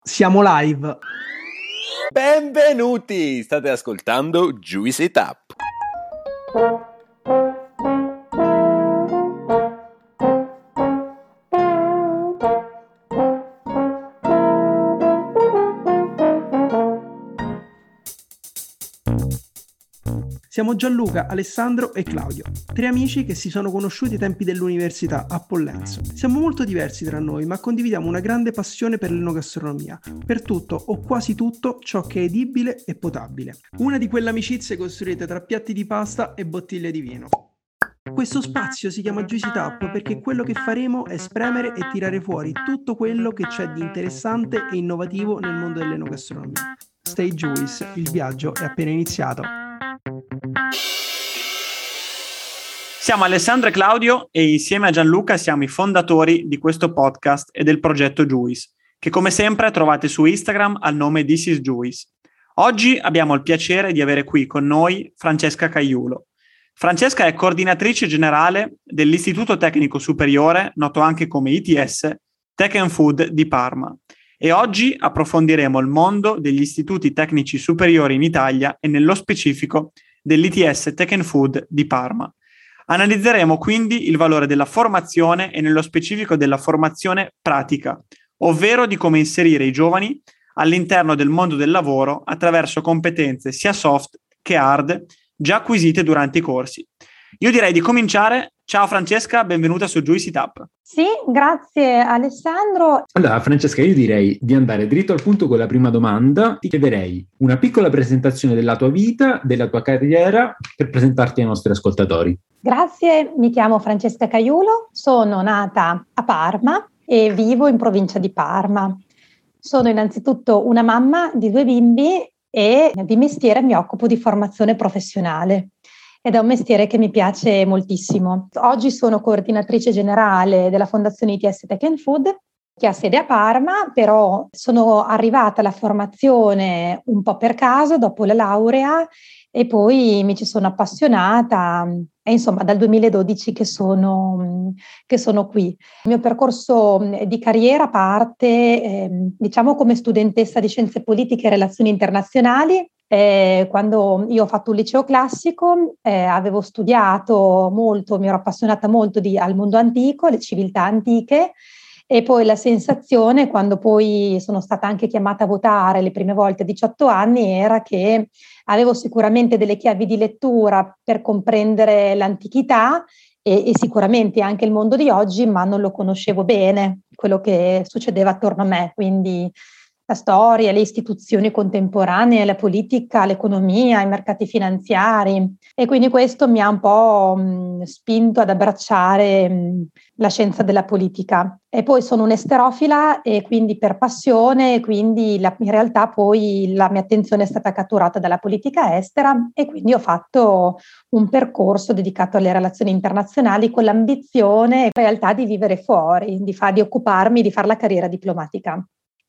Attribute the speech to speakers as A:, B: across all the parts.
A: Siamo live.
B: Benvenuti! State ascoltando Juice It Up.
A: Siamo Gianluca, Alessandro e Claudio, tre amici che si sono conosciuti ai tempi dell'università a Pollenzo. Siamo molto diversi tra noi, ma condividiamo una grande passione per l'enogastronomia, per tutto o quasi tutto ciò che è edibile e potabile. Una di quelle amicizie costruite tra piatti di pasta e bottiglie di vino. Questo spazio si chiama Juice It Up perché quello che faremo è spremere e tirare fuori tutto quello che c'è di interessante e innovativo nel mondo dell'enogastronomia. Stay Juice, il viaggio è appena iniziato.
C: Siamo Alessandro e Claudio e insieme a Gianluca siamo i fondatori di questo podcast e del progetto Juice, che come sempre trovate su Instagram al nome This is Juice. Oggi abbiamo il piacere di avere qui con noi Francesca Caiulo. Francesca è coordinatrice generale dell'Istituto Tecnico Superiore, noto anche come ITS, Tech and Food di Parma. E oggi approfondiremo il mondo degli istituti tecnici superiori in Italia e nello specifico dell'ITS Tech and Food di Parma. Analizzeremo quindi il valore della formazione e nello specifico della formazione pratica, ovvero di come inserire i giovani all'interno del mondo del lavoro attraverso competenze sia soft che hard già acquisite durante i corsi. Io direi di cominciare. Ciao Francesca, benvenuta su Juice It Up.
D: Sì, grazie Alessandro.
E: Allora Francesca, io direi di andare dritto al punto con la prima domanda. Ti chiederei una piccola presentazione della tua vita, della tua carriera, per presentarti ai nostri ascoltatori.
D: Grazie, mi chiamo Francesca Caiulo, sono nata a Parma e vivo in provincia di Parma. Sono innanzitutto una mamma di 2 bimbi e di mestiere mi occupo di formazione professionale. Ed è un mestiere che mi piace moltissimo. Oggi sono coordinatrice generale della Fondazione ITS Tech and Food, che ha sede a Parma, però sono arrivata alla formazione un po' per caso dopo la laurea e poi mi ci sono appassionata e insomma dal 2012 che sono qui. Il mio percorso di carriera parte diciamo come studentessa di Scienze Politiche e Relazioni Internazionali. Quando io ho fatto un liceo classico avevo studiato molto, mi ero appassionata molto al mondo antico, le civiltà antiche, e poi la sensazione, quando poi sono stata anche chiamata a votare le prime volte a 18 anni, era che avevo sicuramente delle chiavi di lettura per comprendere l'antichità e sicuramente anche il mondo di oggi, ma non lo conoscevo bene, quello che succedeva attorno a me, quindi la storia, le istituzioni contemporanee, la politica, l'economia, i mercati finanziari, e quindi questo mi ha un po' spinto ad abbracciare la scienza della politica. E poi sono un'esterofila e quindi per passione, quindi in realtà poi la mia attenzione è stata catturata dalla politica estera e quindi ho fatto un percorso dedicato alle relazioni internazionali con l'ambizione in realtà di vivere fuori, di occuparmi, di fare la carriera diplomatica.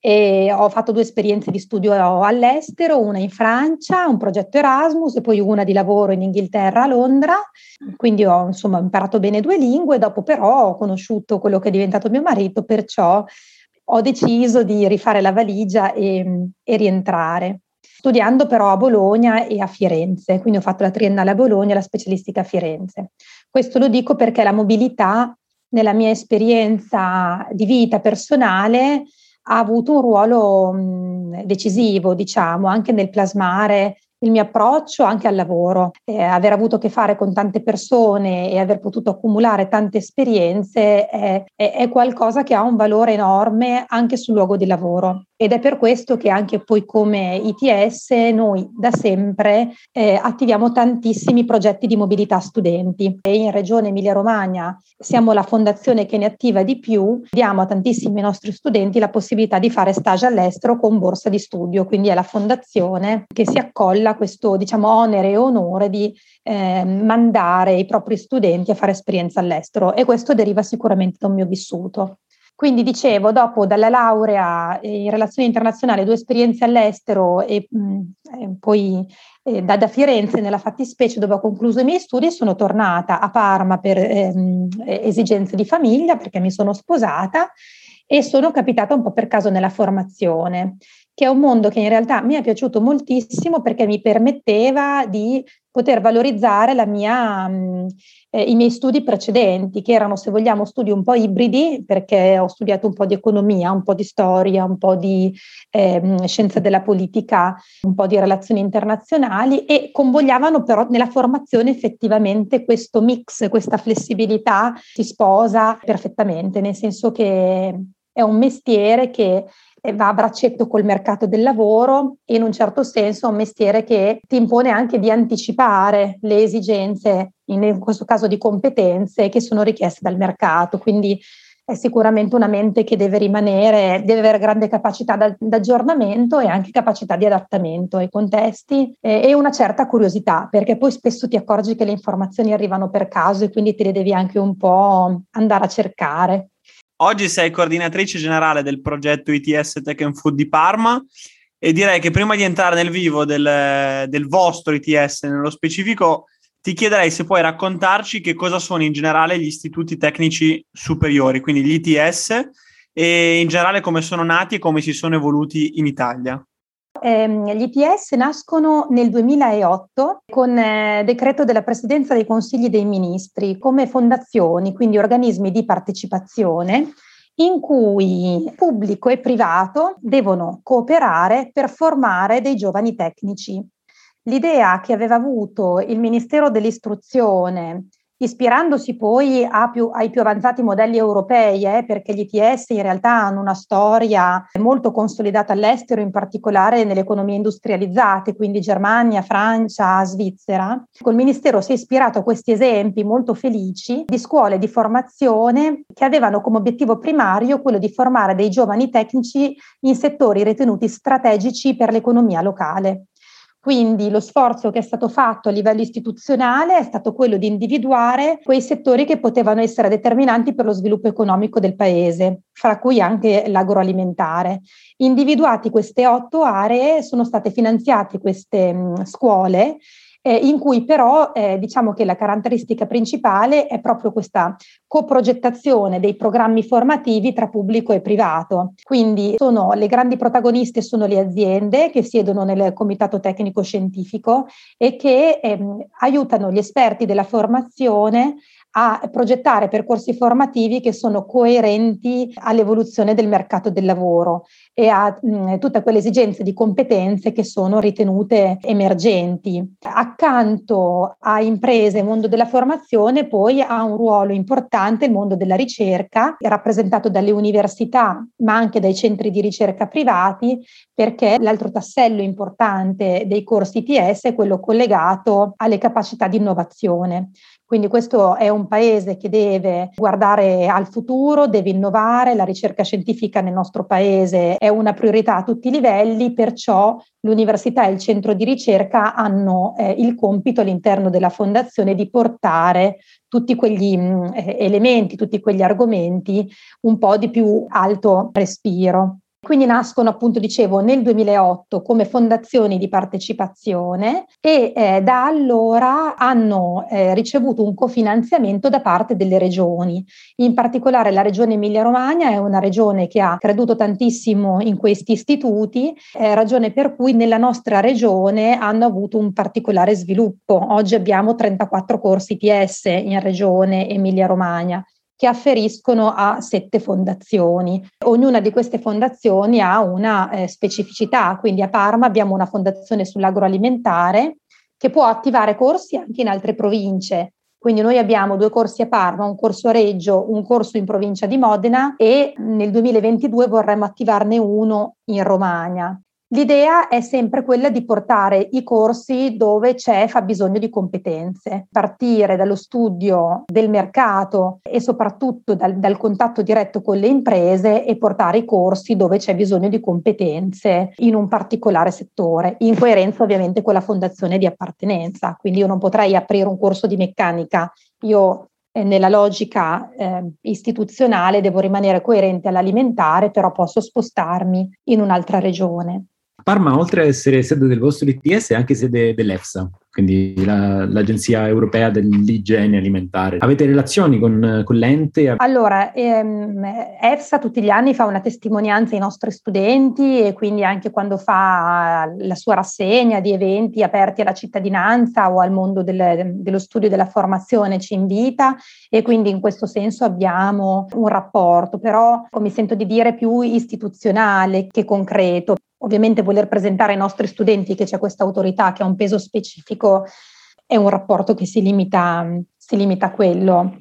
D: E ho fatto 2 esperienze di studio all'estero, una in Francia, un progetto Erasmus, e poi una di lavoro in Inghilterra, a Londra. Quindi ho imparato bene 2 lingue, dopo però ho conosciuto quello che è diventato mio marito, perciò ho deciso di rifare la valigia e rientrare, studiando però a Bologna e a Firenze. Quindi ho fatto la triennale a Bologna e la specialistica a Firenze. Questo lo dico perché la mobilità nella mia esperienza di vita personale ha avuto un ruolo decisivo, diciamo, anche nel plasmare il mio approccio anche al lavoro. Aver avuto a che fare con tante persone e aver potuto accumulare tante esperienze è qualcosa che ha un valore enorme anche sul luogo di lavoro. Ed è per questo che anche poi come ITS noi da sempre attiviamo tantissimi progetti di mobilità studenti. E in Regione Emilia-Romagna siamo la fondazione che ne attiva di più, diamo a tantissimi nostri studenti la possibilità di fare stage all'estero con borsa di studio, quindi è la fondazione che si accolla questo, diciamo, onere e onore di mandare i propri studenti a fare esperienza all'estero, e questo deriva sicuramente da un mio vissuto. Quindi dicevo, dopo dalla laurea in relazioni internazionali, 2 esperienze all'estero e poi da Firenze nella fattispecie, dove ho concluso i miei studi, sono tornata a Parma per esigenze di famiglia, perché mi sono sposata, e sono capitata un po' per caso nella formazione, che è un mondo che in realtà mi è piaciuto moltissimo perché mi permetteva di poter valorizzare i miei studi precedenti, che erano, se vogliamo, studi un po' ibridi, perché ho studiato un po' di economia, un po' di storia, un po' di scienza della politica, un po' di relazioni internazionali, e convogliavano però nella formazione effettivamente questo mix, questa flessibilità si sposa perfettamente, nel senso che è un mestiere che va a braccetto col mercato del lavoro e in un certo senso è un mestiere che ti impone anche di anticipare le esigenze, in questo caso di competenze, che sono richieste dal mercato. Quindi è sicuramente una mente che deve rimanere, deve avere grande capacità d'aggiornamento e anche capacità di adattamento ai contesti e una certa curiosità, perché poi spesso ti accorgi che le informazioni arrivano per caso e quindi te le devi anche un po' andare a cercare.
C: Oggi sei coordinatrice generale del progetto ITS Tech and Food di Parma e direi che prima di entrare nel vivo del vostro ITS, nello specifico, ti chiederei se puoi raccontarci che cosa sono in generale gli istituti tecnici superiori, quindi gli ITS, e in generale come sono nati e come si sono evoluti in Italia.
D: Gli ITS nascono nel 2008 con decreto della Presidenza dei Consigli dei Ministri come fondazioni, quindi organismi di partecipazione in cui pubblico e privato devono cooperare per formare dei giovani tecnici. L'idea che aveva avuto il Ministero dell'Istruzione, ispirandosi poi ai più avanzati modelli europei, perché gli ITS in realtà hanno una storia molto consolidata all'estero, in particolare nelle economie industrializzate, quindi Germania, Francia, Svizzera. Il Ministero si è ispirato a questi esempi molto felici di scuole di formazione che avevano come obiettivo primario quello di formare dei giovani tecnici in settori ritenuti strategici per l'economia locale. Quindi lo sforzo che è stato fatto a livello istituzionale è stato quello di individuare quei settori che potevano essere determinanti per lo sviluppo economico del paese, fra cui anche l'agroalimentare. Individuati queste 8 aree, sono state finanziate queste scuole, in cui però diciamo che la caratteristica principale è proprio questa coprogettazione dei programmi formativi tra pubblico e privato. Quindi le grandi protagoniste sono le aziende che siedono nel comitato tecnico scientifico e che aiutano gli esperti della formazione a progettare percorsi formativi che sono coerenti all'evoluzione del mercato del lavoro e a tutte quelle esigenze di competenze che sono ritenute emergenti. Accanto a imprese e mondo della formazione poi ha un ruolo importante il mondo della ricerca, rappresentato dalle università ma anche dai centri di ricerca privati, perché l'altro tassello importante dei corsi ITS è quello collegato alle capacità di innovazione. Quindi questo è un paese che deve guardare al futuro, deve innovare, la ricerca scientifica nel nostro paese è una priorità a tutti i livelli, perciò l'università e il centro di ricerca hanno il compito all'interno della fondazione di portare tutti quegli elementi, tutti quegli argomenti un po' di più alto respiro. Quindi nascono, appunto, dicevo, nel 2008 come fondazioni di partecipazione e da allora hanno ricevuto un cofinanziamento da parte delle regioni. In particolare la regione Emilia-Romagna è una regione che ha creduto tantissimo in questi istituti, ragione per cui nella nostra regione hanno avuto un particolare sviluppo. Oggi abbiamo 34 corsi ITS in regione Emilia-Romagna, che afferiscono a 7 fondazioni. Ognuna di queste fondazioni ha una specificità, quindi a Parma abbiamo una fondazione sull'agroalimentare che può attivare corsi anche in altre province. Quindi noi abbiamo 2 corsi a Parma, un corso a Reggio, un corso in provincia di Modena e nel 2022 vorremmo attivarne uno in Romagna. L'idea è sempre quella di portare i corsi dove c'è fabbisogno di competenze, partire dallo studio del mercato e soprattutto dal contatto diretto con le imprese e portare i corsi dove c'è bisogno di competenze in un particolare settore, in coerenza ovviamente con la fondazione di appartenenza. Quindi io non potrei aprire un corso di meccanica, nella logica istituzionale devo rimanere coerente all'alimentare, però posso spostarmi in un'altra regione.
E: Parma, oltre ad essere sede del vostro ITS, è anche sede dell'EFSA. quindi l'Agenzia Europea dell'Igiene Alimentare. Avete relazioni con l'ente?
D: Allora, EFSA tutti gli anni fa una testimonianza ai nostri studenti e quindi anche quando fa la sua rassegna di eventi aperti alla cittadinanza o al mondo dello studio e della formazione ci invita, e quindi in questo senso abbiamo un rapporto, però mi sento di dire più istituzionale che concreto. Ovviamente voler presentare ai nostri studenti che c'è questa autorità che ha un peso specifico è un rapporto che si limita a quello.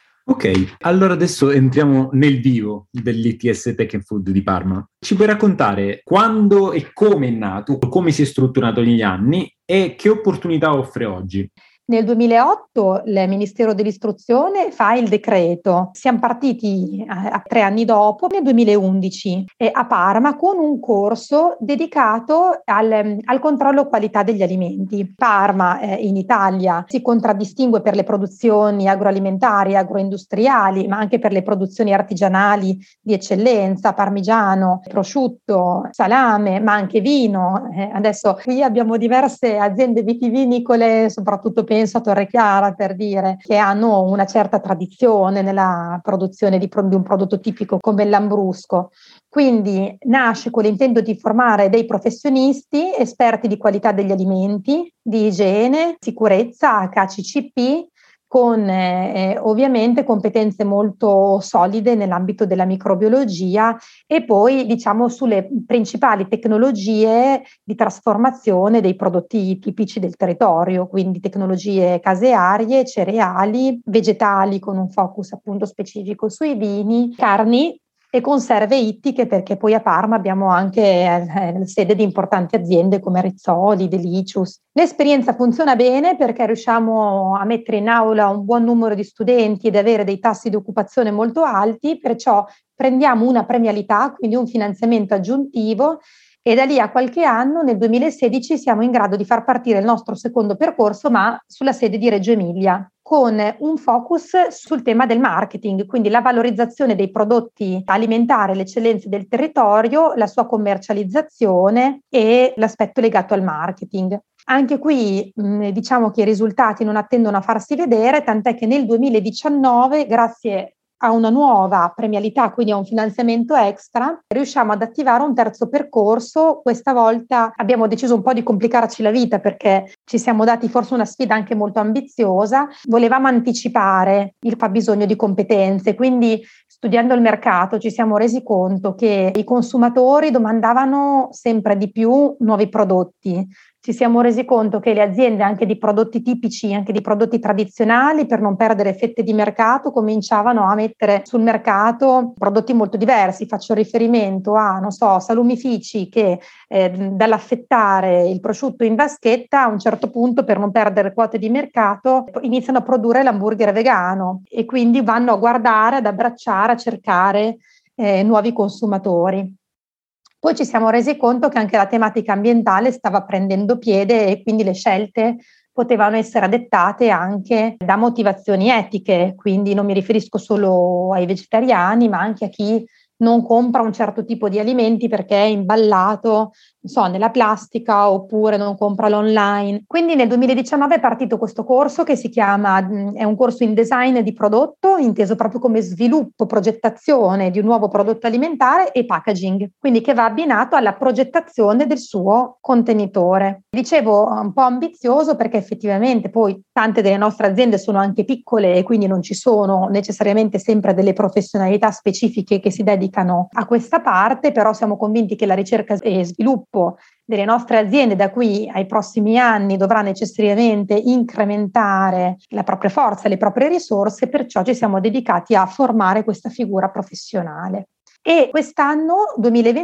E: Ok, allora adesso entriamo nel vivo dell'ITS Tech and Food di Parma. Ci puoi raccontare quando e come è nato, come si è strutturato negli anni e che opportunità offre oggi?
D: Nel 2008 il Ministero dell'Istruzione fa il decreto. Siamo partiti 3 anni dopo, nel 2011, a Parma con un corso dedicato al controllo qualità degli alimenti. Parma in Italia si contraddistingue per le produzioni agroalimentari, agroindustriali, ma anche per le produzioni artigianali di eccellenza, parmigiano, prosciutto, salame, ma anche vino. Adesso qui abbiamo diverse aziende vitivinicole, soprattutto penso a Torrechiara, per dire, che hanno una certa tradizione nella produzione di un prodotto tipico come il lambrusco. Quindi nasce con l'intento di formare dei professionisti esperti di qualità degli alimenti, di igiene, sicurezza, HACCP, con ovviamente competenze molto solide nell'ambito della microbiologia e poi diciamo sulle principali tecnologie di trasformazione dei prodotti tipici del territorio, quindi tecnologie casearie, cereali, vegetali con un focus appunto specifico sui vini, carni e conserve ittiche, perché poi a Parma abbiamo anche sede di importanti aziende come Rizzoli, Delicious. L'esperienza funziona bene perché riusciamo a mettere in aula un buon numero di studenti ed avere dei tassi di occupazione molto alti, perciò prendiamo una premialità, quindi un finanziamento aggiuntivo, e da lì a qualche anno, nel 2016, siamo in grado di far partire il nostro secondo percorso, ma sulla sede di Reggio Emilia, con un focus sul tema del marketing, quindi la valorizzazione dei prodotti alimentari, le eccellenze del territorio, la sua commercializzazione e l'aspetto legato al marketing. Anche qui diciamo che i risultati non attendono a farsi vedere, tant'è che nel 2019, grazie a una nuova premialità, quindi a un finanziamento extra, riusciamo ad attivare un terzo percorso. Questa volta abbiamo deciso un po' di complicarci la vita perché ci siamo dati forse una sfida anche molto ambiziosa. Volevamo anticipare il fabbisogno di competenze, quindi studiando il mercato ci siamo resi conto che i consumatori domandavano sempre di più nuovi prodotti. Ci siamo resi conto che le aziende anche di prodotti tipici, anche di prodotti tradizionali, per non perdere fette di mercato, cominciavano a mettere sul mercato prodotti molto diversi. Faccio riferimento a, non so, salumifici che dall'affettare il prosciutto in vaschetta a un certo punto, per non perdere quote di mercato, iniziano a produrre l'hamburger vegano e quindi vanno a guardare, ad abbracciare, a cercare nuovi consumatori. Poi ci siamo resi conto che anche la tematica ambientale stava prendendo piede e quindi le scelte potevano essere dettate anche da motivazioni etiche, quindi non mi riferisco solo ai vegetariani, ma anche a chi non compra un certo tipo di alimenti perché è imballato, non so, nella plastica oppure non compra l'online. Quindi nel 2019 è partito questo corso che si chiama, è un corso in design di prodotto, inteso proprio come sviluppo, progettazione di un nuovo prodotto alimentare e packaging, quindi che va abbinato alla progettazione del suo contenitore. Dicevo un po' ambizioso perché effettivamente poi tante delle nostre aziende sono anche piccole e quindi non ci sono necessariamente sempre delle professionalità specifiche che si dedicano a questa parte, però siamo convinti che la ricerca e sviluppo delle nostre aziende da qui ai prossimi anni dovrà necessariamente incrementare la propria forza, le proprie risorse, perciò ci siamo dedicati a formare questa figura professionale. E quest'anno,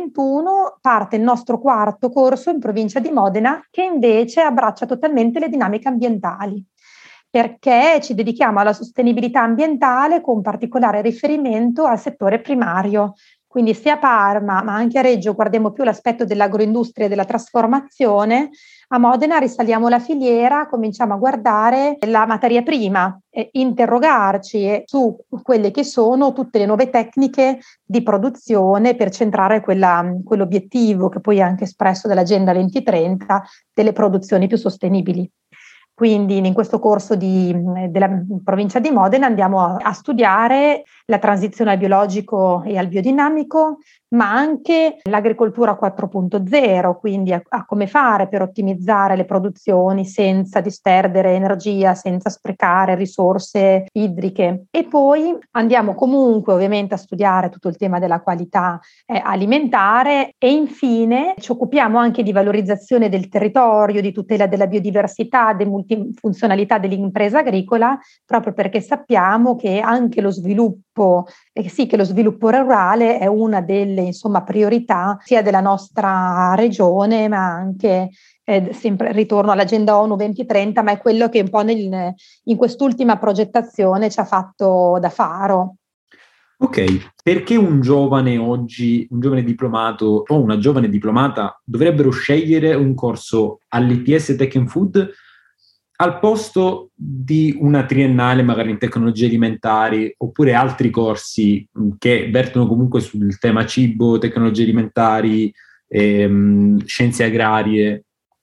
D: 2021, parte il nostro quarto corso in provincia di Modena, che invece abbraccia totalmente le dinamiche ambientali, perché ci dedichiamo alla sostenibilità ambientale con particolare riferimento al settore primario. Quindi sia a Parma ma anche a Reggio guardiamo più l'aspetto dell'agroindustria e della trasformazione, a Modena risaliamo la filiera, cominciamo a guardare la materia prima, interrogarci su quelle che sono tutte le nuove tecniche di produzione per centrare quell'obiettivo che poi è anche espresso dall'Agenda 2030 delle produzioni più sostenibili. Quindi in questo corso della provincia di Modena andiamo a studiare la transizione al biologico e al biodinamico, ma anche l'agricoltura 4.0, quindi a come fare per ottimizzare le produzioni senza disperdere energia, senza sprecare risorse idriche. E poi andiamo comunque ovviamente a studiare tutto il tema della qualità alimentare e infine ci occupiamo anche di valorizzazione del territorio, di tutela della biodiversità, di multifunzionalità dell'impresa agricola, proprio perché sappiamo che anche lo sviluppo rurale è una delle priorità sia della nostra regione, ma anche sempre ritorno all'agenda ONU 2030, ma è quello che un po' in quest'ultima progettazione ci ha fatto da faro.
E: Ok, perché un giovane oggi, un giovane diplomato o una giovane diplomata dovrebbero scegliere un corso all'ITS Tech and Food al posto di una triennale magari in tecnologie alimentari oppure altri corsi che vertono comunque sul tema cibo, tecnologie alimentari, scienze agrarie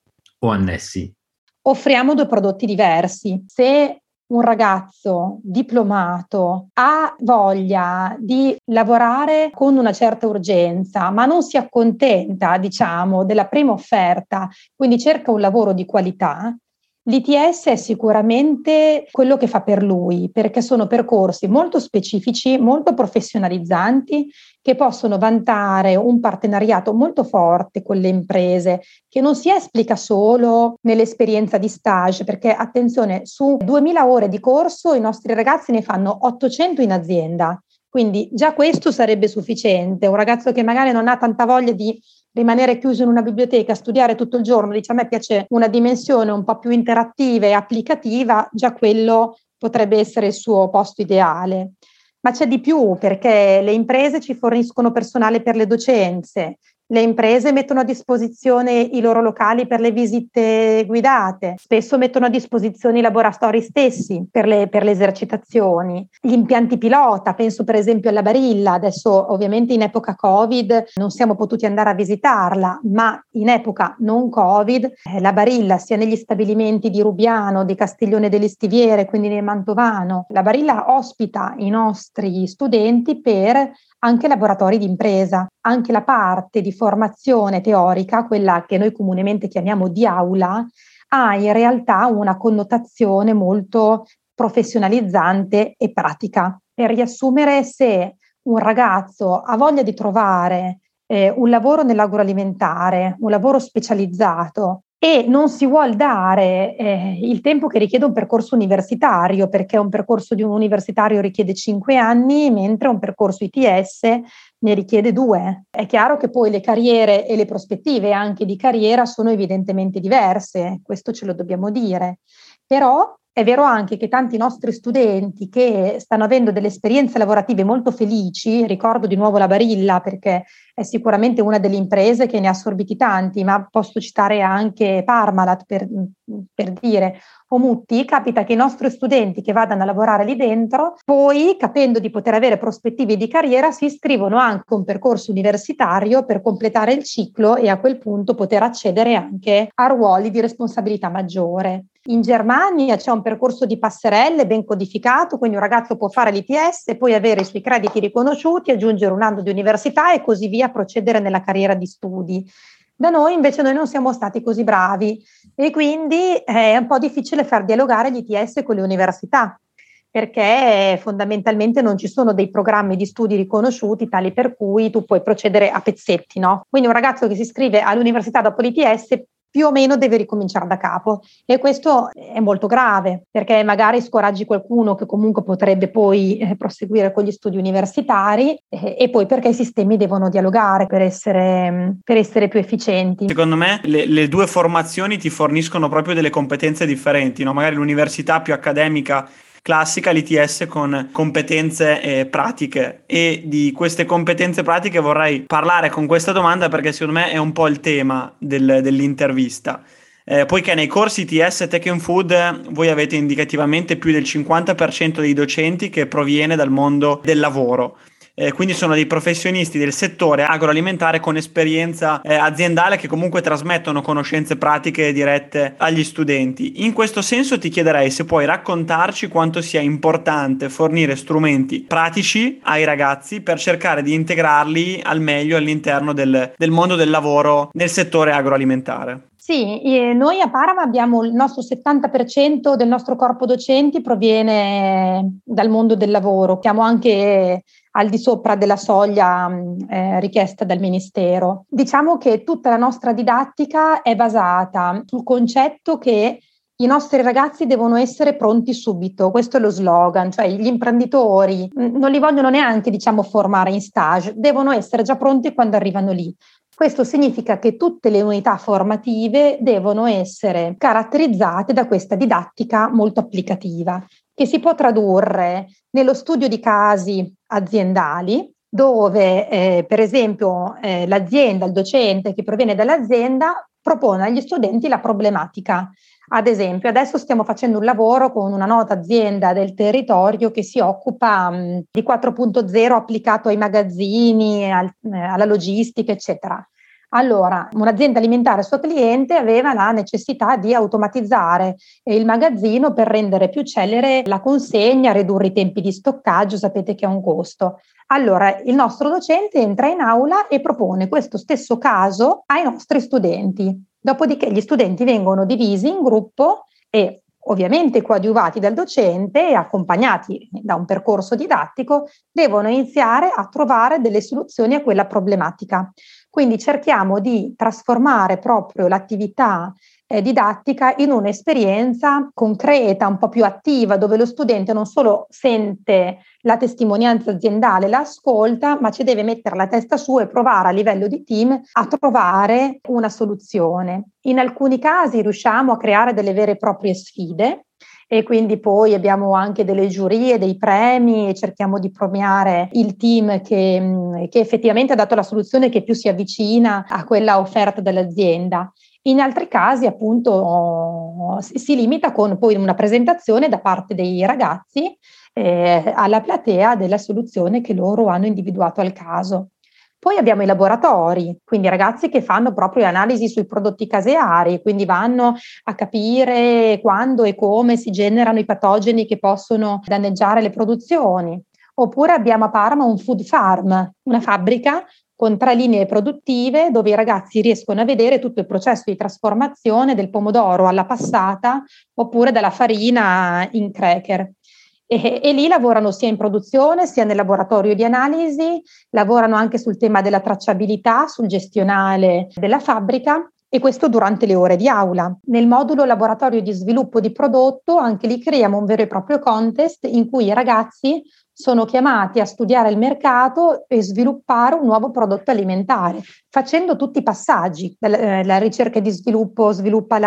E: o annessi?
D: Offriamo due prodotti diversi. Se un ragazzo diplomato ha voglia di lavorare con una certa urgenza, ma non si accontenta, della prima offerta, quindi cerca un lavoro di qualità, l'ITS è sicuramente quello che fa per lui, perché sono percorsi molto specifici, molto professionalizzanti, che possono vantare un partenariato molto forte con le imprese, che non si esplica solo nell'esperienza di stage, perché attenzione, su 2000 ore di corso i nostri ragazzi ne fanno 800 in azienda, quindi già questo sarebbe sufficiente. Un ragazzo che magari non ha tanta voglia di rimanere chiuso in una biblioteca a studiare tutto il giorno, dice a me piace una dimensione un po' più interattiva e applicativa, già quello potrebbe essere il suo posto ideale. Ma c'è di più, perché le imprese ci forniscono personale per le docenze, le imprese mettono a disposizione i loro locali per le visite guidate, spesso mettono a disposizione i laboratori stessi per le esercitazioni, gli impianti pilota, penso per esempio alla Barilla. Adesso ovviamente in epoca Covid non siamo potuti andare a visitarla, ma in epoca non Covid la Barilla sia negli stabilimenti di Rubiano, di Castiglione delle Stiviere, quindi nel Mantovano, la Barilla ospita i nostri studenti per anche laboratori di impresa. Anche la parte di formazione teorica, quella che noi comunemente chiamiamo di aula, ha in realtà una connotazione molto professionalizzante e pratica. Per riassumere, se un ragazzo ha voglia di trovare un lavoro nell'agroalimentare, un lavoro specializzato, e non si vuol dare il tempo che richiede un percorso universitario, perché un percorso di un universitario richiede 5 anni, mentre un percorso ITS ne richiede 2. È chiaro che poi le carriere e le prospettive anche di carriera sono evidentemente diverse, questo ce lo dobbiamo dire, però è vero anche che tanti nostri studenti che stanno avendo delle esperienze lavorative molto felici, ricordo di nuovo la Barilla perché è sicuramente una delle imprese che ne ha assorbiti tanti, ma posso citare anche Parmalat per dire, o Mutti, capita che i nostri studenti che vadano a lavorare lì dentro, poi capendo di poter avere prospettive di carriera si iscrivono anche a un percorso universitario per completare il ciclo e a quel punto poter accedere anche a ruoli di responsabilità maggiore. In Germania c'è un percorso di passerelle ben codificato, quindi un ragazzo può fare l'ITS e poi avere i suoi crediti riconosciuti, aggiungere un anno di università e così via, procedere nella carriera di studi. Da noi invece noi non siamo stati così bravi e quindi è un po' difficile far dialogare l'ITS con le università, perché fondamentalmente non ci sono dei programmi di studi riconosciuti tali per cui tu puoi procedere a pezzetti, no? Quindi un ragazzo che si iscrive all'università dopo l'ITS più o meno deve ricominciare da capo e questo è molto grave perché magari scoraggi qualcuno che comunque potrebbe poi proseguire con gli studi universitari e poi perché i sistemi devono dialogare per essere più efficienti.
C: Secondo me le due formazioni ti forniscono proprio delle competenze differenti, no? Magari l'università più accademica classica, l'ITS con competenze pratiche, e di queste competenze pratiche vorrei parlare con questa domanda perché secondo me è un po' il tema dell'intervista. Poiché nei corsi ITS Tech and Food voi avete indicativamente più del 50% dei docenti che proviene dal mondo del lavoro. quindi sono dei professionisti del settore agroalimentare con esperienza aziendale che comunque trasmettono conoscenze pratiche dirette agli studenti. In questo senso ti chiederei se puoi raccontarci quanto sia importante fornire strumenti pratici ai ragazzi per cercare di integrarli al meglio all'interno del mondo del lavoro nel settore agroalimentare.
D: Sì, noi a Parma abbiamo il nostro 70% del nostro corpo docenti proviene dal mondo del lavoro, siamo anche al di sopra della soglia richiesta dal Ministero. Diciamo che tutta la nostra didattica è basata sul concetto che i nostri ragazzi devono essere pronti subito, questo è lo slogan, cioè gli imprenditori non li vogliono neanche, formare in stage, devono essere già pronti quando arrivano lì. Questo significa che tutte le unità formative devono essere caratterizzate da questa didattica molto applicativa, che si può tradurre nello studio di casi aziendali, dove per esempio l'azienda, il docente che proviene dall'azienda propone agli studenti la problematica. Ad esempio, adesso stiamo facendo un lavoro con una nota azienda del territorio che si occupa di 4.0 applicato ai magazzini, alla logistica, eccetera. Allora, un'azienda alimentare suo cliente aveva la necessità di automatizzare il magazzino per rendere più celere la consegna, ridurre i tempi di stoccaggio, sapete che ha un costo. Allora, il nostro docente entra in aula e propone questo stesso caso ai nostri studenti. Dopodiché gli studenti vengono divisi in gruppo e ovviamente coadiuvati dal docente e accompagnati da un percorso didattico, devono iniziare a trovare delle soluzioni a quella problematica. Quindi cerchiamo di trasformare proprio l'attività didattica in un'esperienza concreta, un po' più attiva, dove lo studente non solo sente la testimonianza aziendale, la ascolta, ma ci deve mettere la testa su e provare a livello di team a trovare una soluzione. In alcuni casi riusciamo a creare delle vere e proprie sfide e quindi poi abbiamo anche delle giurie, dei premi e cerchiamo di premiare il team che effettivamente ha dato la soluzione che più si avvicina a quella offerta dall'azienda. In altri casi appunto si limita con poi una presentazione da parte dei ragazzi alla platea della soluzione che loro hanno individuato al caso. Poi abbiamo i laboratori, quindi ragazzi che fanno proprio analisi sui prodotti caseari, quindi vanno a capire quando e come si generano i patogeni che possono danneggiare le produzioni. Oppure abbiamo a Parma un food farm, una fabbrica con 3 linee produttive dove i ragazzi riescono a vedere tutto il processo di trasformazione del pomodoro alla passata oppure dalla farina in cracker. E lì lavorano sia in produzione sia nel laboratorio di analisi, lavorano anche sul tema della tracciabilità, sul gestionale della fabbrica e questo durante le ore di aula. Nel modulo laboratorio di sviluppo di prodotto anche lì creiamo un vero e proprio contest in cui i ragazzi sono chiamati a studiare il mercato e sviluppare un nuovo prodotto alimentare, facendo tutti i passaggi. La ricerca di sviluppo sviluppa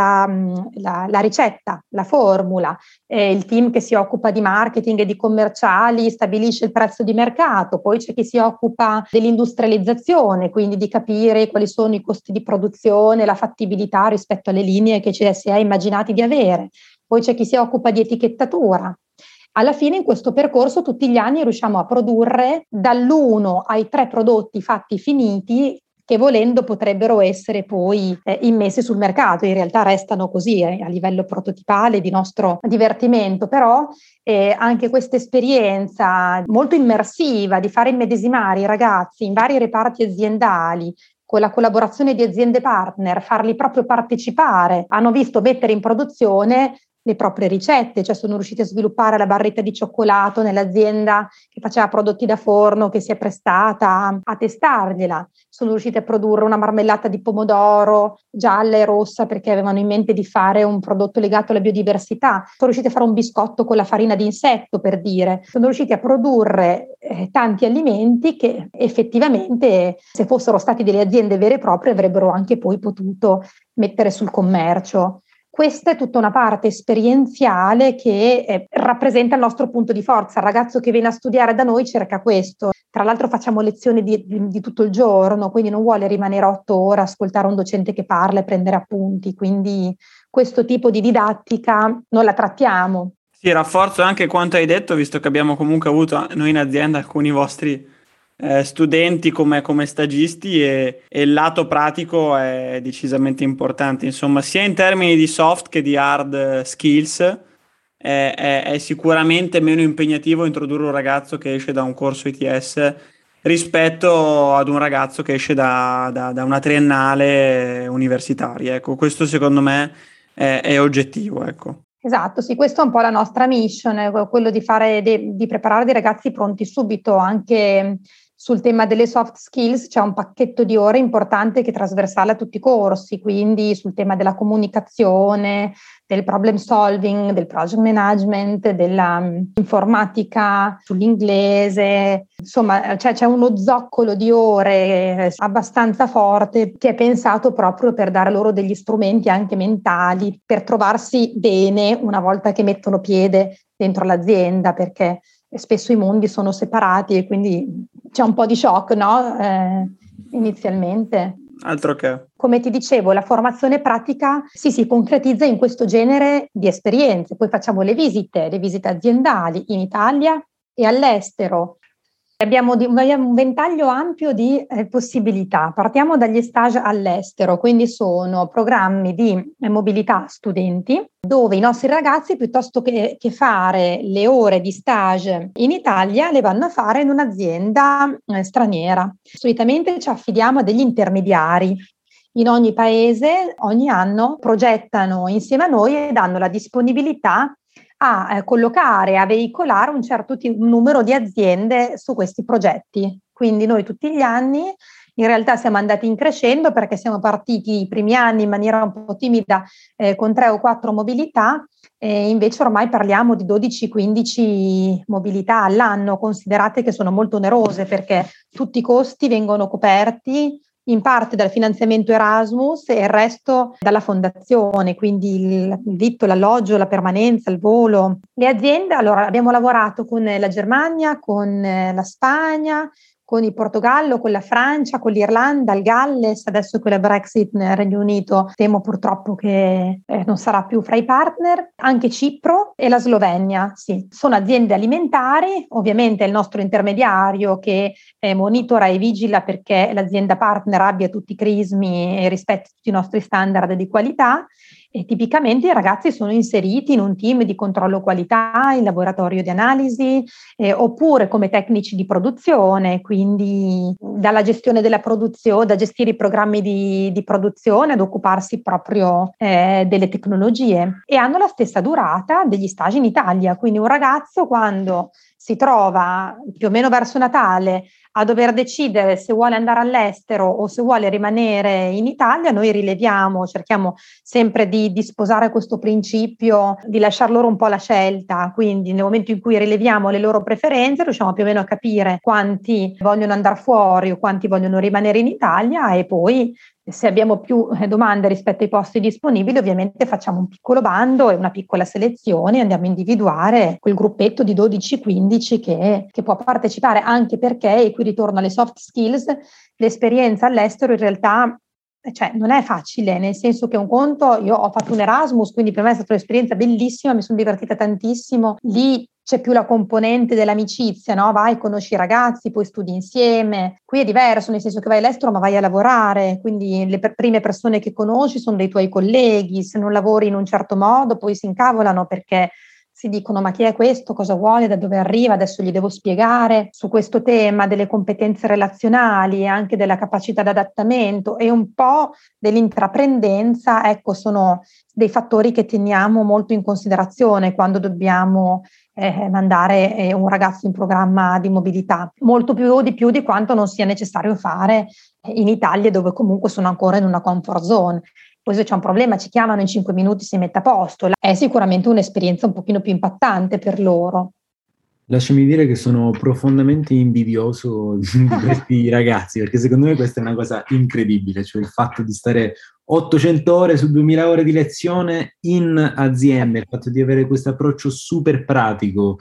D: la ricetta, la formula, il team che si occupa di marketing e di commerciali stabilisce il prezzo di mercato, poi c'è chi si occupa dell'industrializzazione, quindi di capire quali sono i costi di produzione, la fattibilità rispetto alle linee che ci si è immaginati di avere, poi c'è chi si occupa di etichettatura. Alla fine in questo percorso tutti gli anni riusciamo a produrre dall'1 ai 3 prodotti fatti finiti che volendo potrebbero essere poi immessi sul mercato. In realtà restano così a livello prototipale di nostro divertimento, però anche questa esperienza molto immersiva di fare immedesimare i ragazzi in vari reparti aziendali con la collaborazione di aziende partner, farli proprio partecipare, hanno visto mettere in produzione le proprie ricette, cioè sono riusciti a sviluppare la barretta di cioccolato nell'azienda che faceva prodotti da forno, che si è prestata a testargliela, sono riusciti a produrre una marmellata di pomodoro gialla e rossa perché avevano in mente di fare un prodotto legato alla biodiversità, sono riusciti a fare un biscotto con la farina di insetto, per dire, sono riusciti a produrre tanti alimenti che effettivamente se fossero stati delle aziende vere e proprie avrebbero anche poi potuto mettere sul commercio. Questa è tutta una parte esperienziale che rappresenta il nostro punto di forza. Il ragazzo che viene a studiare da noi cerca questo. Tra l'altro facciamo lezioni di tutto il giorno, quindi non vuole rimanere 8 ore a ascoltare un docente che parla e prendere appunti. Quindi questo tipo di didattica non la trattiamo.
C: Sì, rafforzo anche quanto hai detto, visto che abbiamo comunque avuto noi in azienda alcuni vostri studenti come stagisti e il lato pratico è decisamente importante, insomma, sia in termini di soft che di hard skills. È sicuramente meno impegnativo introdurre un ragazzo che esce da un corso ITS rispetto ad un ragazzo che esce da una triennale universitaria. Ecco, questo secondo me è oggettivo, ecco.
D: Esatto, sì, questo è un po' la nostra mission, quello di di preparare dei ragazzi pronti subito. Anche sul tema delle soft skills c'è un pacchetto di ore importante che è trasversale a tutti i corsi, quindi sul tema della comunicazione, del problem solving, del project management, della informatica, sull'inglese, insomma c'è uno zoccolo di ore abbastanza forte che è pensato proprio per dare loro degli strumenti anche mentali per trovarsi bene una volta che mettono piede dentro l'azienda, perché spesso i mondi sono separati e quindi c'è un po' di shock, no? Inizialmente.
C: Altro che.
D: Come ti dicevo, la formazione pratica si concretizza in questo genere di esperienze. Poi facciamo le visite aziendali in Italia e all'estero. Abbiamo un ventaglio ampio di possibilità. Partiamo dagli stage all'estero, quindi sono programmi di mobilità studenti, dove i nostri ragazzi, piuttosto che fare le ore di stage in Italia, le vanno a fare in un'azienda straniera. Solitamente ci affidiamo a degli intermediari. In ogni paese, ogni anno, progettano insieme a noi e danno la disponibilità a collocare, a veicolare un certo numero di aziende su questi progetti. Quindi noi tutti gli anni in realtà siamo andati in crescendo, perché siamo partiti i primi anni in maniera un po' timida con 3 o 4 mobilità, e invece ormai parliamo di 12-15 mobilità all'anno. Considerate che sono molto onerose, perché tutti i costi vengono coperti in parte dal finanziamento Erasmus e il resto dalla fondazione, quindi il vitto, l'alloggio, la permanenza, il volo. Le aziende, allora abbiamo lavorato con la Germania, con la Spagna, con il Portogallo, con la Francia, con l'Irlanda, il Galles, adesso con la Brexit nel Regno Unito temo purtroppo che non sarà più fra i partner, anche Cipro e la Slovenia, sì. Sono aziende alimentari, ovviamente è il nostro intermediario che monitora e vigila perché l'azienda partner abbia tutti i crismi e rispetti tutti i nostri standard di qualità. E tipicamente i ragazzi sono inseriti in un team di controllo qualità, in laboratorio di analisi, oppure come tecnici di produzione, quindi dalla gestione della produzione, da gestire i programmi di produzione ad occuparsi proprio delle tecnologie, e hanno la stessa durata degli stage in Italia. Quindi un ragazzo, quando si trova più o meno verso Natale a dover decidere se vuole andare all'estero o se vuole rimanere in Italia, noi rileviamo, cerchiamo sempre di sposare questo principio, di lasciar loro un po' la scelta. Quindi nel momento in cui rileviamo le loro preferenze, riusciamo più o meno a capire quanti vogliono andare fuori o quanti vogliono rimanere in Italia, e poi se abbiamo più domande rispetto ai posti disponibili, ovviamente facciamo un piccolo bando e una piccola selezione e andiamo a individuare quel gruppetto di 12-15 che può partecipare, anche perché, e qui ritorno alle soft skills, l'esperienza all'estero in realtà non è facile, nel senso che un conto, io ho fatto un Erasmus, quindi per me è stata un'esperienza bellissima, mi sono divertita tantissimo. Lì c'è più la componente dell'amicizia, no? Vai, conosci i ragazzi, poi studi insieme. Qui è diverso, nel senso che vai all'estero ma vai a lavorare, quindi le prime persone che conosci sono dei tuoi colleghi. Se non lavori in un certo modo poi si incavolano, perché si dicono: ma chi è questo, cosa vuole, da dove arriva, adesso gli devo spiegare. Su questo tema delle competenze relazionali e anche della capacità d'adattamento e un po' dell'intraprendenza, ecco, sono dei fattori che teniamo molto in considerazione quando dobbiamo mandare un ragazzo in programma di mobilità, molto più di quanto non sia necessario fare in Italia, dove comunque sono ancora in una comfort zone. Poi se c'è un problema ci chiamano, in 5 minuti si mette a posto. È sicuramente un'esperienza un pochino più impattante per loro.
E: Lasciami dire che sono profondamente invidioso di questi ragazzi, perché secondo me questa è una cosa incredibile, cioè il fatto di stare 800 ore su 2000 ore di lezione in azienda, il fatto di avere questo approccio super pratico.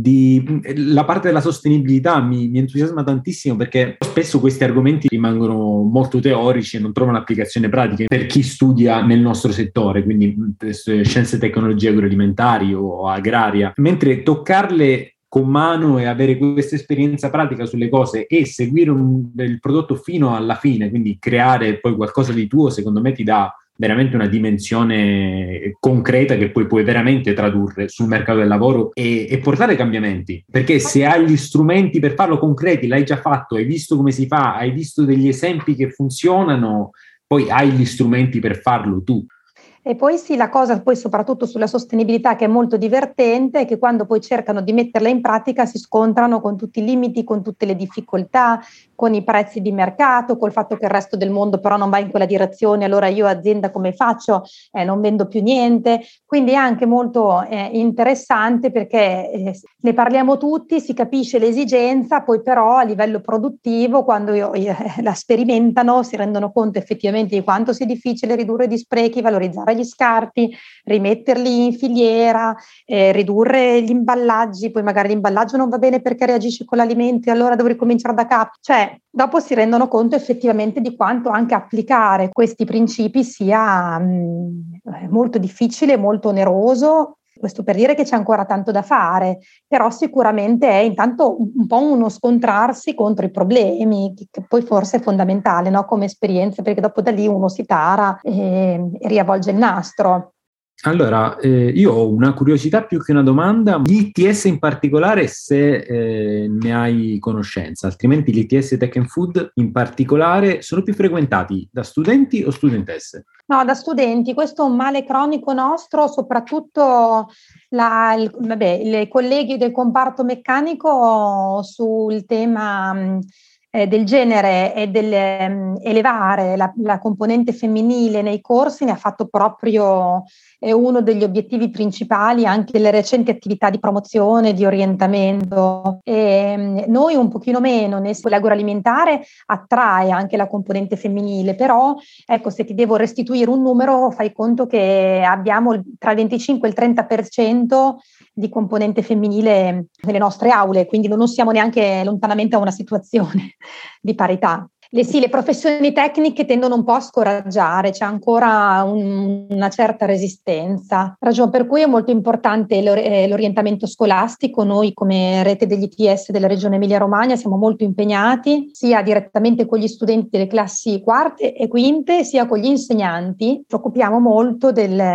E: La parte della sostenibilità mi entusiasma tantissimo, perché spesso questi argomenti rimangono molto teorici e non trovano applicazione pratica per chi studia nel nostro settore, quindi scienze e tecnologie agroalimentari o agraria, mentre toccarle con mano e avere questa esperienza pratica sulle cose e seguire il prodotto fino alla fine, quindi creare poi qualcosa di tuo, secondo me ti dà veramente una dimensione concreta che poi puoi veramente tradurre sul mercato del lavoro e portare cambiamenti, perché se hai gli strumenti per farlo concreti, l'hai già fatto, hai visto come si fa, hai visto degli esempi che funzionano, poi hai gli strumenti per farlo tu.
D: E poi sì, la cosa poi soprattutto sulla sostenibilità che è molto divertente è che quando poi cercano di metterla in pratica si scontrano con tutti i limiti, con tutte le difficoltà, con i prezzi di mercato, col fatto che il resto del mondo però non va in quella direzione, allora io azienda come faccio? Non vendo più niente. Quindi è anche molto interessante perché ne parliamo tutti, si capisce l'esigenza, poi però a livello produttivo quando la sperimentano si rendono conto effettivamente di quanto sia difficile ridurre gli sprechi, valorizzare gli scarti, rimetterli in filiera, ridurre gli imballaggi, poi magari l'imballaggio non va bene perché reagisce con l'alimento e allora devo ricominciare da capo. Cioè, dopo si rendono conto effettivamente di quanto anche applicare questi principi sia molto difficile, molto oneroso. Questo per dire che c'è ancora tanto da fare, però sicuramente è intanto un po' uno scontrarsi contro i problemi, che poi forse è fondamentale, no? Come esperienza, perché dopo da lì uno si tara e riavvolge il nastro.
E: Allora, io ho una curiosità più che una domanda. Gli ITS in particolare, se ne hai conoscenza, altrimenti gli ITS Tech and Food in particolare sono più frequentati da studenti o studentesse?
D: No, da studenti, questo è un male cronico nostro, soprattutto i colleghi del comparto meccanico sul tema del genere e elevare la componente femminile nei corsi ne ha fatto proprio uno degli obiettivi principali anche delle recenti attività di promozione, di orientamento. E noi un pochino meno, l'agroalimentare attrae anche la componente femminile, però ecco, se ti devo restituire un numero, fai conto che abbiamo tra il 25 e il 30% di componente femminile nelle nostre aule, quindi non siamo neanche lontanamente a una situazione di parità. Le professioni tecniche tendono un po' a scoraggiare, c'è ancora una certa resistenza, ragione per cui è molto importante l'orientamento scolastico. Noi come rete degli ITS della Regione Emilia-Romagna siamo molto impegnati sia direttamente con gli studenti delle classi quarte e quinte, sia con gli insegnanti. Ci occupiamo molto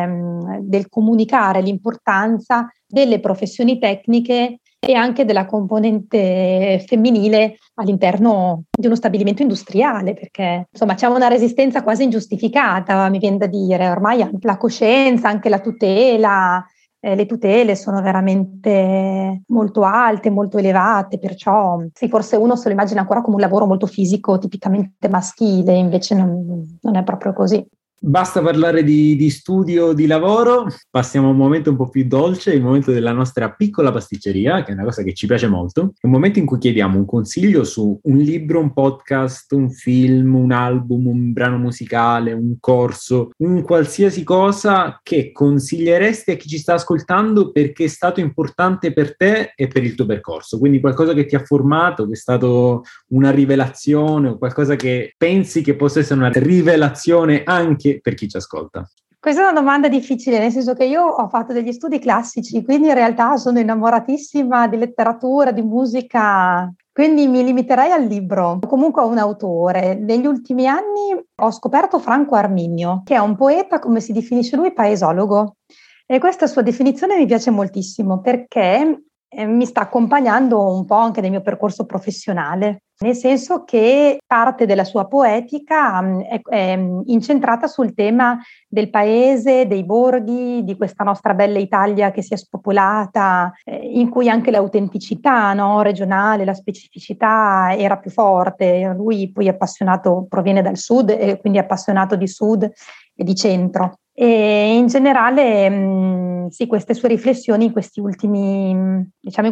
D: del comunicare l'importanza delle professioni tecniche e anche della componente femminile all'interno di uno stabilimento industriale, perché insomma c'è una resistenza quasi ingiustificata, mi viene da dire. Ormai anche la coscienza, anche la tutela, le tutele sono veramente molto alte, molto elevate, perciò sì, forse uno se lo immagina ancora come un lavoro molto fisico, tipicamente maschile, invece non è proprio così.
E: Basta parlare di studio, di lavoro, passiamo a un momento un po' più dolce, il momento della nostra piccola pasticceria, che è una cosa che ci piace molto. È un momento in cui chiediamo un consiglio su un libro, un podcast, un film, un album, un brano musicale, un corso, un qualsiasi cosa che consiglieresti a chi ci sta ascoltando perché è stato importante per te e per il tuo percorso. Quindi qualcosa che ti ha formato, che è stato una rivelazione o qualcosa che pensi che possa essere una rivelazione anche per chi ci ascolta.
D: Questa è una domanda difficile, nel senso che io ho fatto degli studi classici, quindi in realtà sono innamoratissima di letteratura, di musica, quindi mi limiterei al libro, comunque a un autore. Negli ultimi anni ho scoperto Franco Arminio, che è un poeta, come si definisce lui, paesologo. E questa sua definizione mi piace moltissimo perché mi sta accompagnando un po' anche nel mio percorso professionale, nel senso che parte della sua poetica è incentrata sul tema del paese, dei borghi, di questa nostra bella Italia che si è spopolata, in cui anche l'autenticità, no, regionale, la specificità era più forte. Lui poi è appassionato, proviene dal sud e quindi è appassionato di sud e di centro. E in generale, sì, queste sue riflessioni in questi ultimi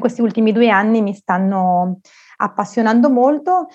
D: 2 anni mi stanno appassionando molto.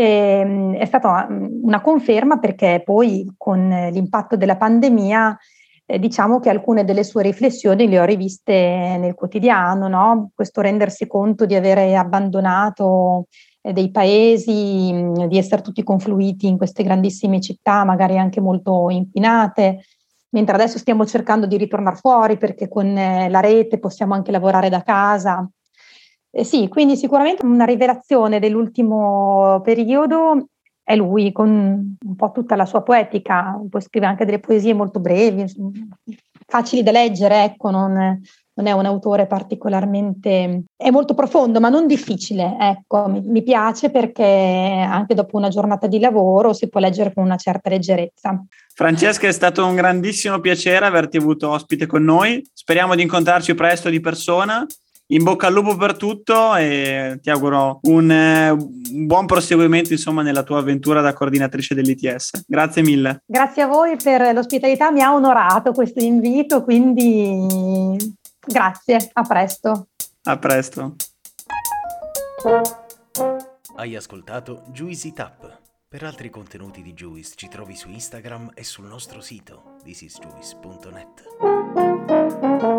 D: È stata una conferma perché poi con l'impatto della pandemia diciamo che alcune delle sue riflessioni le ho riviste nel quotidiano, no? Questo rendersi conto di avere abbandonato dei paesi, di essere tutti confluiti in queste grandissime città, magari anche molto inquinate, mentre adesso stiamo cercando di ritornare fuori perché con la rete possiamo anche lavorare da casa. Sì, quindi sicuramente una rivelazione dell'ultimo periodo è lui, con un po' tutta la sua poetica. Poi scrive anche delle poesie molto brevi, facili da leggere, ecco, non è un autore particolarmente... È molto profondo, ma non difficile, ecco. Mi piace perché anche dopo una giornata di lavoro si può leggere con una certa leggerezza.
C: Francesca, è stato un grandissimo piacere averti avuto ospite con noi. Speriamo di incontrarci presto di persona. In bocca al lupo per tutto e ti auguro un buon proseguimento, insomma, nella tua avventura da coordinatrice dell'ITS. Grazie mille.
D: Grazie a voi per l'ospitalità, mi ha onorato questo invito, quindi grazie, a presto.
C: A presto.
B: Hai ascoltato Juicy Tap. Per altri contenuti di Juice ci trovi su Instagram e sul nostro sito thisisjuice.net.